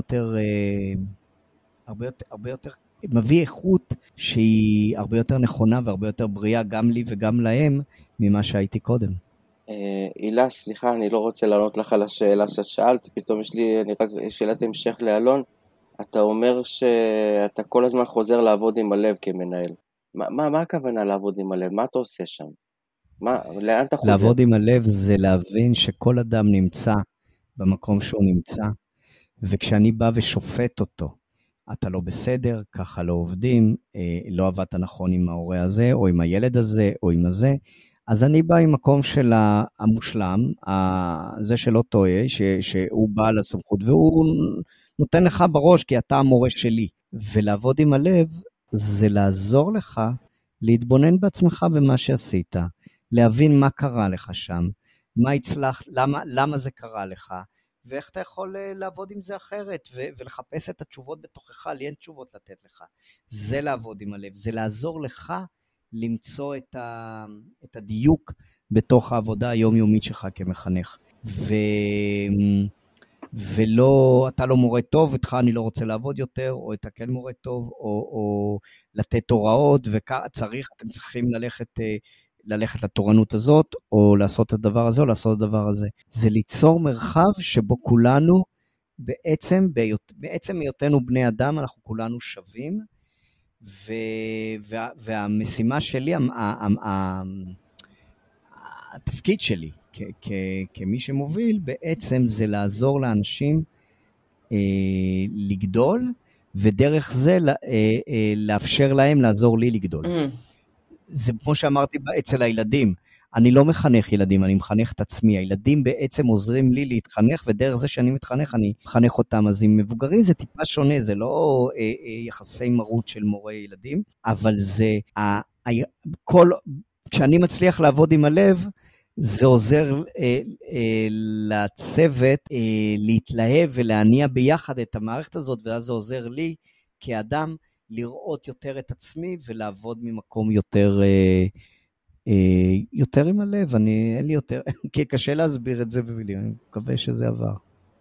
הרבה יותר מביא איכות שהיא הרבה יותר נכונה והרבה יותר בריאה גם לי וגם להם ממה שהייתי קודם. אילה, סליחה, אני לא רוצה לענות לך על השאלה ששאלת, פתאום יש לי רק שאלת המשך לאלון. אתה אומר שאתה כל הזמן חוזר לעבוד עם הלב כמנהל. מה הכוונה לעבוד עם הלב? מה אתה עושה שם? לאן אתה חוזר? לעבוד עם הלב זה להבין שכל אדם נמצא במקום שהוא נמצא, וכשאני בא ושופט אותו, אתה לא בסדר, ככה לא עובדים, לא עבדת נכון עם ההורה הזה, או עם הילד הזה, או עם הזה, אז אני בא עם מקום של המושלם, זה שלא טועה, שהוא בעל הסמכות, והוא נותן לך בראש, כי אתה המורה שלי. ולעבוד עם הלב, זה לעזור לך, להתבונן בעצמך במה שעשית, להבין מה קרה לך שם, מה הצלח, למה זה קרה לך, ואיך אתה יכול לעבוד עם זה אחרת, ולחפש את התשובות בתוכך, לי אין תשובות לתת לך. זה לעבוד עם הלב, זה לעזור לך למצוא את הדיוק בתוך העבודה היומיומית שלך כמחנך. ולא, אתה לא מורה טוב, איתך אני לא רוצה לעבוד יותר, או אתה כן מורה טוב, או לתת הוראות, אתם צריכים ללכת לתורנות הזאת, או לעשות את הדבר הזה, או לעשות את הדבר הזה. זה ליצור מרחב שבו כולנו, בעצם היותנו בני אדם, אנחנו כולנו שווים, והמשימה שלי, התפקיד שלי, כמי שמוביל, בעצם זה לעזור לאנשים לגדול, ודרך זה לאפשר להם לעזור לי לגדול. זה כמו שאמרתי אצל הילדים, אני לא מחנך ילדים, אני מחנך את עצמי, הילדים בעצם עוזרים לי להתחנך, ודרך זה שאני מתחנך, אני מחנך אותם, אז עם מבוגרים זה טיפה שונה, זה לא יחסי מרות של מורה ילדים, אבל זה, כשאני מצליח לעבוד עם הלב, זה עוזר לצוות להתלהב ולהניע ביחד את המערכת הזאת, ואז זה עוזר לי כאדם לראות יותר את עצמי ולעבוד ממקום יותר עם הלב. אין לי יותר, כי קשה להסביר את זה במילים, אני מקווה שזה עבר.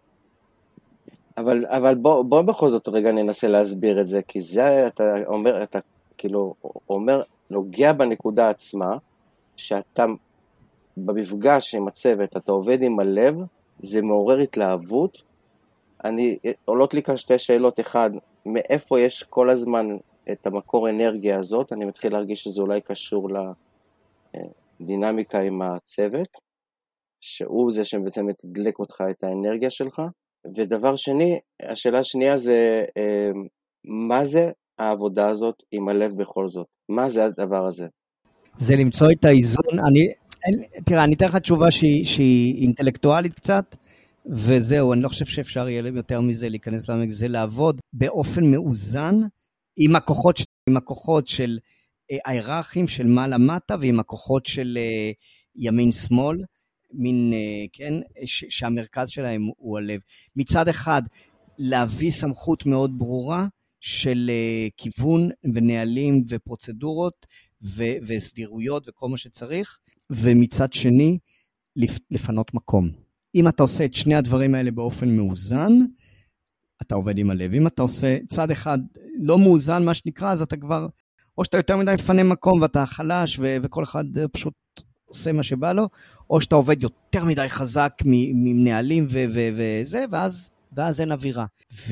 אבל בוא בכל זאת רגע ננסה להסביר את זה, כי זה אתה אומר, נוגע בנקודה עצמה, שאתה במפגש עם הצוות, אתה עובד עם הלב, זה מעורר התלהבות. עולות לי כאן שתי שאלות, אחד, מאיפה יש כל הזמן את המקור אנרגיה הזאת? אני מתחיל להרגיש שזה אולי קשור לדינמיקה עם הצוות, שהוא זה שבעצם מתדלק אותך את האנרגיה שלך. ודבר שני, השאלה השנייה זה, מה זה העבודה הזאת עם הלב בכל זאת? מה זה הדבר הזה? זה למצוא את האיזון. תראה, אני אתן לך תשובה שהיא אינטלקטואלית קצת, וזהו, אני לא חושב שאפשר יהיה יותר מזה להיכנס לעמק, זה לעבוד באופן מאוזן עם הכוחות של ההיררכיים של מעלה מטה, ועם הכוחות של ימין שמאל, כן, שהמרכז שלהם הוא הלב. מצד אחד, להביא סמכות מאוד ברורה של כיוון ונהלים ופרוצדורות וסדירויות וכל מה שצריך, ומצד שני, לפנות מקום. אם אתה עושה את שני הדברים האלה באופן מאוזן, אתה עובד עם הלב. אם אתה עושה צד אחד לא מאוזן, מה שנקרא, אז אתה כבר, או שאתה יותר מדי מפנה מקום ואתה חלש, וכל אחד פשוט עושה מה שבא לו, או שאתה עובד יותר מדי חזק מנהלים וזה, ואז אין אווירה.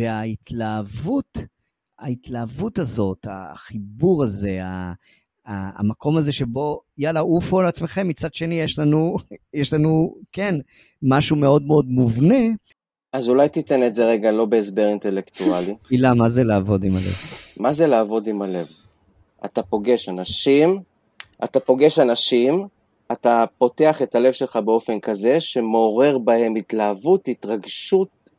וההתלהבות הזאת, החיבור הזה, המקום הזה שבו, יאללה, עופו על עצמכם, מצד שני יש לנו, כן, משהו מאוד מאוד מובנה. אז אולי תיתן את זה רגע לא בהסבר אינטלקטואלי. הילה, מה זה לעבוד עם הלב? מה זה לעבוד עם הלב? אתה פוגש אנשים, אתה פותח את הלב שלך באופן כזה, שמעורר בהם התלהבות, התרגשות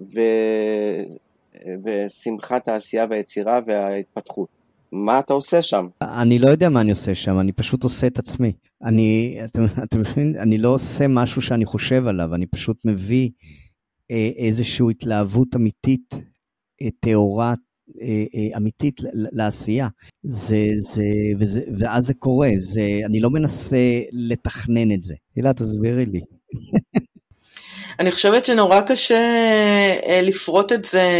ושמחת העשייה והיצירה וההתפתחות. מה אתה עושה שם? אני לא יודע מה אני עושה שם, אני פשוט עושה את עצמי. אני לא עושה משהו שאני חושב עליו, אני פשוט מביא איזושהי התלהבות אמיתית, תאורה אמיתית לעשייה. ואז זה קורה, אני לא מנסה לתכנן את זה. הילה, תסבירי לי. אני חושבת שנורא קשה לפרוט את זה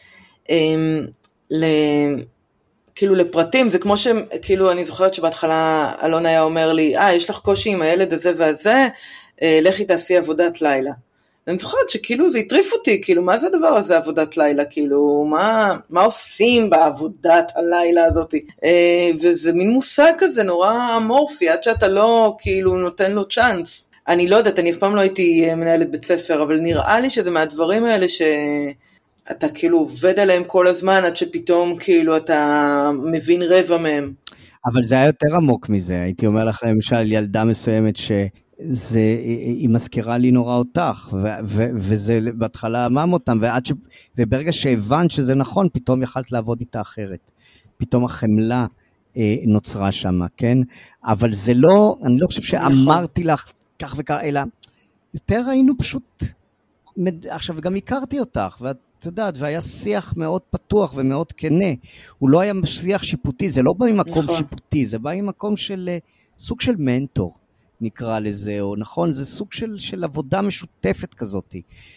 כאילו לפרטים, זה כמו שכאילו אני זוכרת שבהתחלה אלון היה אומר לי, יש לך קושי עם הילד הזה והזה, לכי תעשי עבודת לילה. אני זוכרת שכאילו זה הטריף אותי, כאילו מה זה הדבר הזה עבודת לילה, כאילו מה עושים בעבודת הלילה הזאת, וזה מין מושג כזה נורא אמורפי, עד שאתה לא כאילו נותן לו צ'אנס. אני לא יודעת, אני אף פעם לא הייתי מנהלת בית ספר, אבל נראה לי שזה מהדברים האלה שאתה כאילו עובד עליהם כל הזמן, עד שפתאום כאילו אתה מבין רבע מהם. אבל זה היה יותר עמוק מזה, הייתי אומר לך למשל ילדה מסוימת היא מזכירה לי נורא אותך, וזה בהתחלה אמם אותם, וברגע שהבנת שזה נכון, פתאום יכלת לעבוד איתה אחרת. פתאום החמלה נוצרה שם, כן? אבל זה לא, אני לא חושב שאמרתי לך כך וכך, אלא יותר היינו פשוט, עכשיו גם הכרתי אותך, ואת יודעת, והיה שיח מאוד פתוח ומאוד כנה, הוא לא היה שיח שיפוטי, זה לא בא ממקום שיפוטי, זה בא ממקום של סוג של מנטור, נקרא לזה, או נכון, זה סוג של עבודה משותפת כזאת.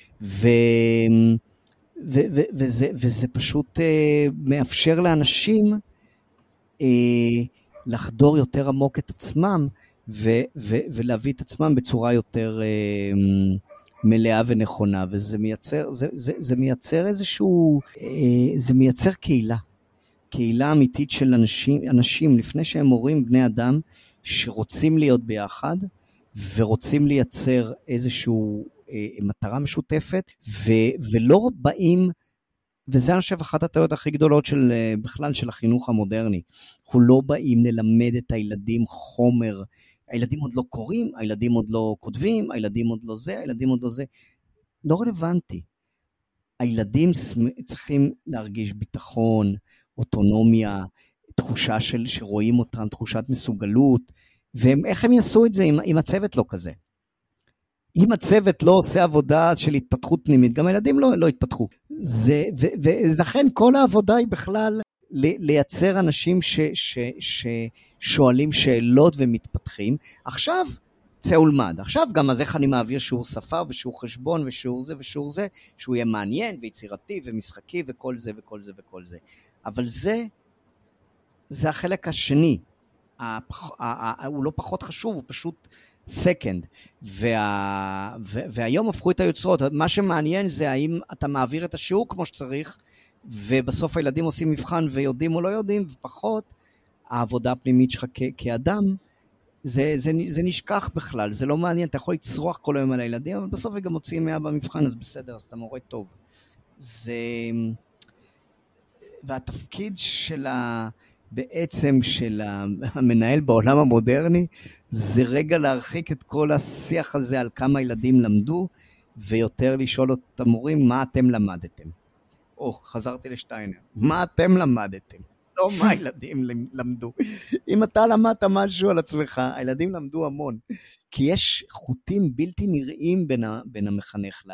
וזה פשוט מאפשר לאנשים לחדור יותר עמוק את עצמם, ולהביא את עצמם בצורה יותר מלאה ונכונה, וזה מייצר, זה מייצר איזשהו, זה מייצר קהילה אמיתית של אנשים לפני שהם הורים בני אדם, שרוצים להיות ביחד, ורוצים לייצר איזשהו מטרה משותפת, ולא באים, וזה אני חושב אחת הטעויות הכי גדולות בכלל של החינוך המודרני, אנחנו לא באים ללמד את הילדים חומר, הילדים עוד לא קוראים, הילדים עוד לא כותבים, הילדים עוד לא זה, הילדים עוד לא זה, לא רלוונטי. הילדים צריכים להרגיש ביטחון, אוטונומיה, תחושה שרואים אותם, תחושת מסוגלות, ואיך הם יעשו את זה אם הצוות לא כזה? אם הצוות לא עושה עבודה של התפתחות פנימית, גם הילדים לא יתפתחו. ולכן כל העבודה היא בכלל לייצר אנשים ששואלים שאלות ומתפתחים. עכשיו, צא ולמד. עכשיו גם אז איך אני מעביר שיעור שפה ושיעור חשבון ושיעור זה ושיעור זה, שהוא יהיה מעניין ויצירתי ומשחקי וכל זה וכל זה וכל זה. אבל זה החלק השני. הוא לא פחות חשוב, הוא פשוט סקנד. והיום הפכו את היוצרות. מה שמעניין זה האם אתה מעביר את השיעור כמו שצריך, ובסוף הילדים עושים מבחן ויודעים או לא יודעים, ופחות העבודה הפנימית שלך כאדם, זה נשכח בכלל, זה לא מעניין, אתה יכול לצרוח כל היום על הילדים, אבל בסוף הם גם מוציאים 100 במבחן, אז בסדר, אז אתה מורה טוב. והתפקיד בעצם של המנהל בעולם המודרני, זה רגע להרחיק את כל השיח הזה על כמה ילדים למדו, ויותר לשאול את המורים, מה אתם למדתם? חזרתי לשטיינר, מה אתם למדתם? לא מה הילדים למדו. אם אתה למדת משהו על עצמך, הילדים למדו המון. כי יש חוטים בלתי נראים בין המחנך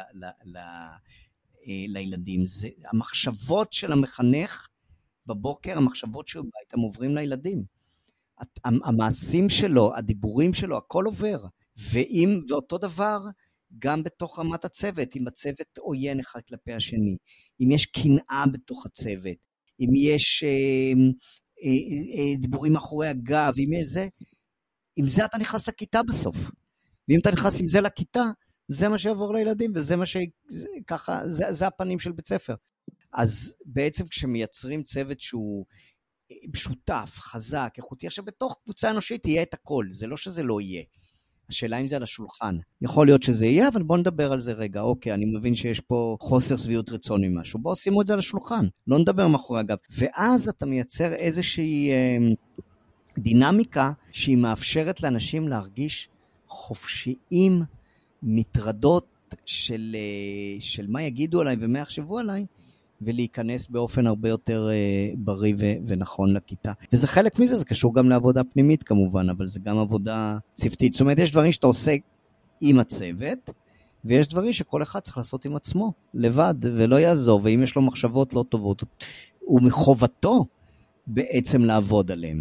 לילדים. המחשבות של המחנך בבוקר, המחשבות שהוא בית, הם עוברים לילדים. המעשים שלו, הדיבורים שלו, הכל עובר. ואותו דבר, גם בתוך רמת הצוות, אם הצוות עוין אחד כלפי השני, אם יש קנאה בתוך הצוות, אם יש דיבורים מאחורי הגב, אם יש זה, עם זה אתה נכנס לכיתה בסוף. ואם אתה נכנס עם זה לכיתה, זה מה שיעבור לילדים, וזה מה ככה, זה הפנים של בית ספר. אז בעצם כשמייצרים צוות שהוא שותף, חזק, איכותי, עכשיו בתוך קבוצה אנושית יהיה את הכל, זה לא שזה לא יהיה. השאלה אם זה על השולחן. יכול להיות שזה יהיה, אבל בוא נדבר על זה רגע. אוקיי, אני מבין שיש פה חוסר סביעות רצון ממשהו. בוא שימו את זה על השולחן. לא נדבר מאחורי הגב. ואז אתה מייצר איזושהי דינמיקה שהיא מאפשרת לאנשים להרגיש חופשיים, מטרדות של מה יגידו עליי ומה יחשבו עליי, ולהיכנס באופן הרבה יותר בריא ונכון לכיתה. וזה חלק מזה, זה קשור גם לעבודה פנימית כמובן, אבל זה גם עבודה צוותית. זאת אומרת, יש דברים שאתה עושה עם הצוות, ויש דברים שכל אחד צריך לעשות עם עצמו, לבד, ולא יעזור, ואם יש לו מחשבות לא טובות, הוא מחובתו בעצם לעבוד עליהם.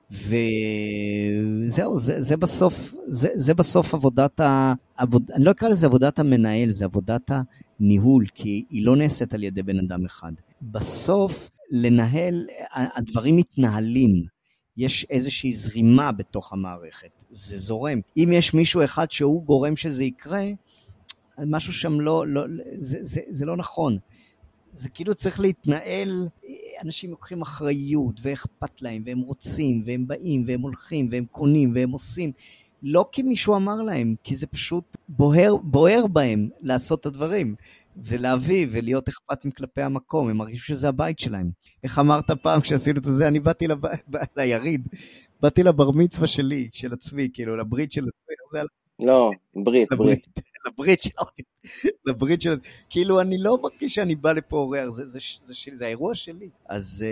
וזהו, זה בסוף עבודת אני לא אקרא לזה עבודת המנהל, זה עבודת הניהול, כי היא לא נעשית על ידי בן אדם אחד. בסוף לנהל, הדברים מתנהלים, יש איזושהי זרימה בתוך המערכת, זה זורם. אם יש מישהו אחד שהוא גורם שזה יקרה, משהו שם זה לא נכון. זה כאילו צריך להתנהל, אנשים לוקחים אחריות ואכפת להם, והם רוצים, והם באים, והם הולכים, והם קונים, והם עושים. לא כי מישהו אמר להם, כי זה פשוט בוער בהם לעשות את הדברים, ולהביא ולהיות אכפתים כלפי המקום, הם מרגישים שזה הבית שלהם. איך אמרת פעם כשעשינו את זה, אני באתי ליריד, באתי לבר מצווה שלי, של עצמי, כאילו לברית של עצמי, לא, לברית של... כאילו, אני לא מרגיש שאני בא לפה אורח, זה האירוע שלי. אז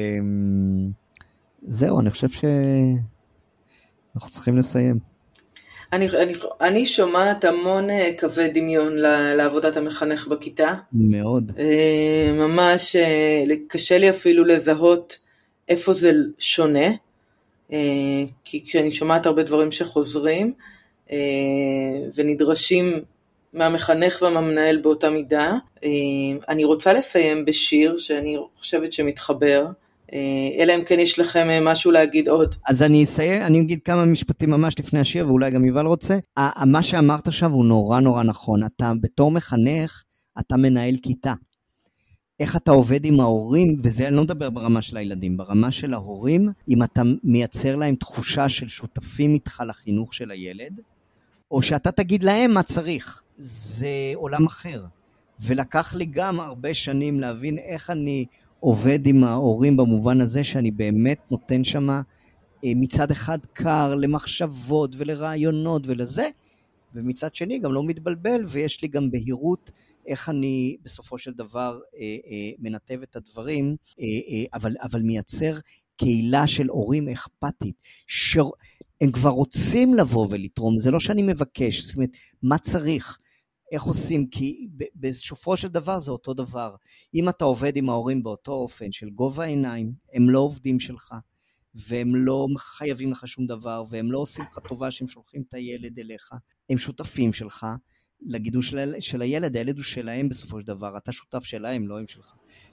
זהו, אני חושב שאנחנו צריכים לסיים. אני שומעת המון קווי דמיון לעבודת המחנך בכיתה. מאוד. ממש קשה לי אפילו לזהות איפה זה שונה, כי כשאני שומעת הרבה דברים שחוזרים, ונדרשים מהמחנך והמנהל באותה מידה. אני רוצה לסיים בשיר שאני חושבת שמתחבר, אלא אם כן יש לכם משהו להגיד עוד. אז אני אסיים, אני אגיד כמה משפטים ממש לפני השיר, ואולי גם יובל רוצה. מה שאמרת עכשיו הוא נורא נורא נכון. אתה בתור מחנך, אתה מנהל כיתה. איך אתה עובד עם ההורים, וזה אני לא מדבר ברמה של הילדים, ברמה של ההורים, אם אתה מייצר להם תחושה של שותפים איתך לחינוך של הילד, או שאתה תגיד להם מה צריך. זה עולם אחר. ולקח לי גם הרבה שנים להבין איך אני עובד עם ההורים במובן הזה, שאני באמת נותן שמה מצד אחד קר למחשבות ולרעיונות ולזה, ומצד שני גם לא מתבלבל, ויש לי גם בהירות איך אני בסופו של דבר מנתב את הדברים, אבל מייצר קהילה של הורים אכפתית, הם כבר רוצים לבוא ולתרום, זה לא שאני מבקש, זאת אומרת, מה צריך? איך עושים? כי בסופו של דבר זה אותו דבר. אם אתה עובד עם ההורים באותו אופן של גובה העיניים, הם לא עובדים שלך, והם לא חייבים לך שום דבר, והם לא עושים לך טובה שהם שולחים את הילד אליך, הם שותפים שלך לגידול של הילד, הילד הוא שלהם בסופו של דבר, אתה שותף שלהם, לא הם שלך.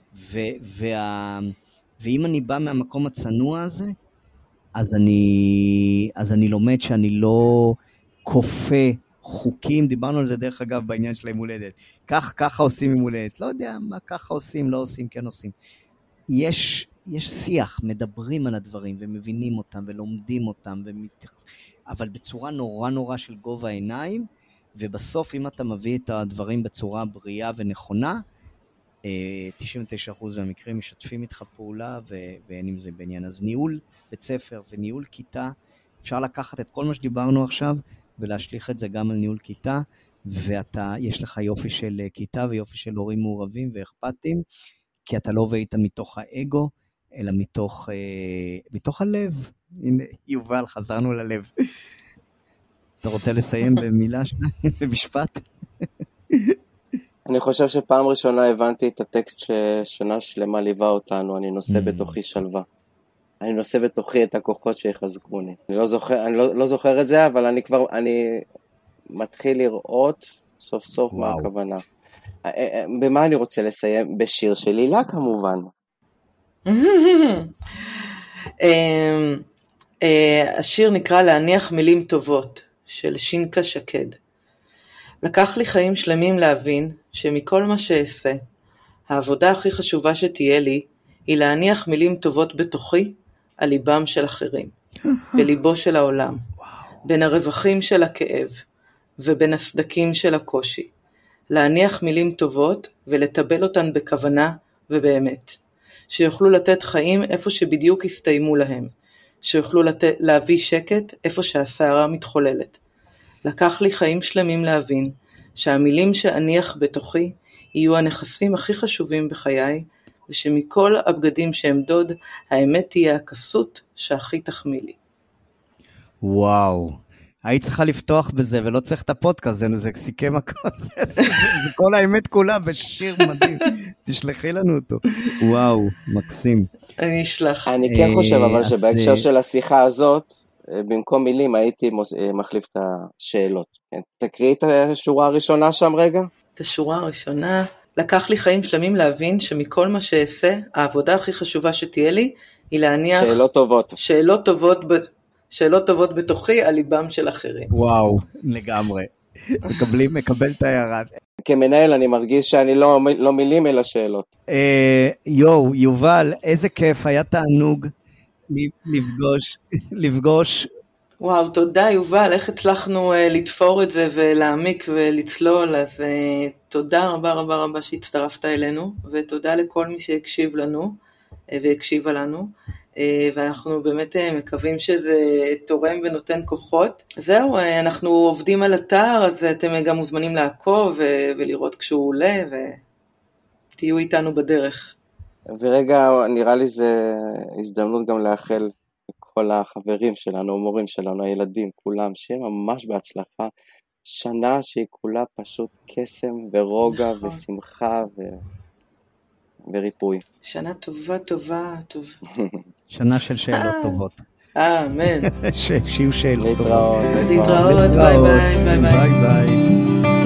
ואם אני בא מהמקום הצנוע הזה, אז אני לומד שאני לא כופה חוקים, דיברנו על זה דרך אגב בעניין של יום הולדת, ככה עושים יום הולדת, לא יודע מה ככה עושים, לא עושים, כן עושים. יש שיח, מדברים על הדברים ומבינים אותם ולומדים אותם, אבל בצורה נורא נורא של גובה העיניים, ובסוף אם אתה מביא את הדברים בצורה בריאה ונכונה, 99% מהמקרים משתפים איתך פעולה, ואין עם זה בעניין. אז ניהול בית ספר וניהול כיתה, אפשר לקחת את כל מה שדיברנו עכשיו, ולהשליך את זה גם על ניהול כיתה, יש לך יופי של כיתה ויופי של הורים מעורבים ואכפתים, כי אתה לא עובד איתם מתוך האגו, אלא מתוך הלב. הנה, יובל, חזרנו ללב. אתה רוצה לסיים במילה שניים, במשפט? אני חושב שפעם ראשונה הבנתי את הטקסט ששנה שלמה ליווה אותנו, אני נושא בתוכי שלווה. אני נושא בתוכי את הכוחות שיחזקוני. אני לא זוכר את זה, אבל אני מתחיל לראות סוף סוף מה הכוונה. במה אני רוצה לסיים? בשיר של לילה כמובן. השיר נקרא להניח מילים טובות, של שינקה שקד. לקח לי חיים שלמים להבין שמכל מה שאעשה, העבודה הכי חשובה שתהיה לי, היא להניח מילים טובות בתוכי על ליבם של אחרים, בליבו של העולם, בין הרווחים של הכאב ובין הסדקים של הקושי. להניח מילים טובות ולטבל אותן בכוונה ובאמת, שיוכלו לתת חיים איפה שבדיוק הסתיימו להם, שיוכלו להביא שקט איפה שהסערה מתחוללת. לקח לי חיים שלמים להבין שהמילים שאניח בתוכי יהיו הנכסים הכי חשובים בחיי, ושמכל הבגדים שאמדוד, האמת תהיה הכסות שהכי תחמיא לי. וואו, היית צריכה לפתוח בזה, ולא צריך את הפודקאסט, זה סיכם הכל, זה כל האמת כולה בשיר מדהים, תשלחי לנו אותו. וואו, מקסים. אני אשלח. אני כן חושב אבל שבהקשר של השיחה הזאת, במקום מילים הייתי מחליף את השאלות. תקריא את השורה הראשונה שם רגע. את השורה הראשונה, לקח לי חיים שלמים להבין שמכל מה שאעשה, העבודה הכי חשובה שתהיה לי, היא להניח שאלות טובות בתוכי על ליבם של אחרים. וואו, לגמרי. מקבל את ההערה. כמנהל אני מרגיש שאני לא מילים אלא שאלות. יובל, איזה כיף, היה תענוג לפגוש. וואו, תודה יובל, איך הצלחנו לתפור את זה ולהעמיק ולצלול, אז תודה רבה רבה רבה שהצטרפת אלינו, ותודה לכל מי שהקשיב לנו והקשיבה לנו, ואנחנו באמת מקווים שזה תורם ונותן כוחות. זהו, אנחנו עובדים על אתר, אז אתם גם מוזמנים לעקוב ולראות כשהוא עולה, ותהיו איתנו בדרך. ורגע, נראה לי זה הזדמנות גם לאחל כל החברים שלנו, המורים שלנו, הילדים, כולם, שהם ממש בהצלחה, שנה שהיא כולה פשוט קסם ורוגע ושמחה וריפוי. שנה טובה, טובה, טובה. שנה של שאלות טובות. אמן. שיהיו שאלות טובות. להתראות. להתראות, ביי ביי. ביי ביי.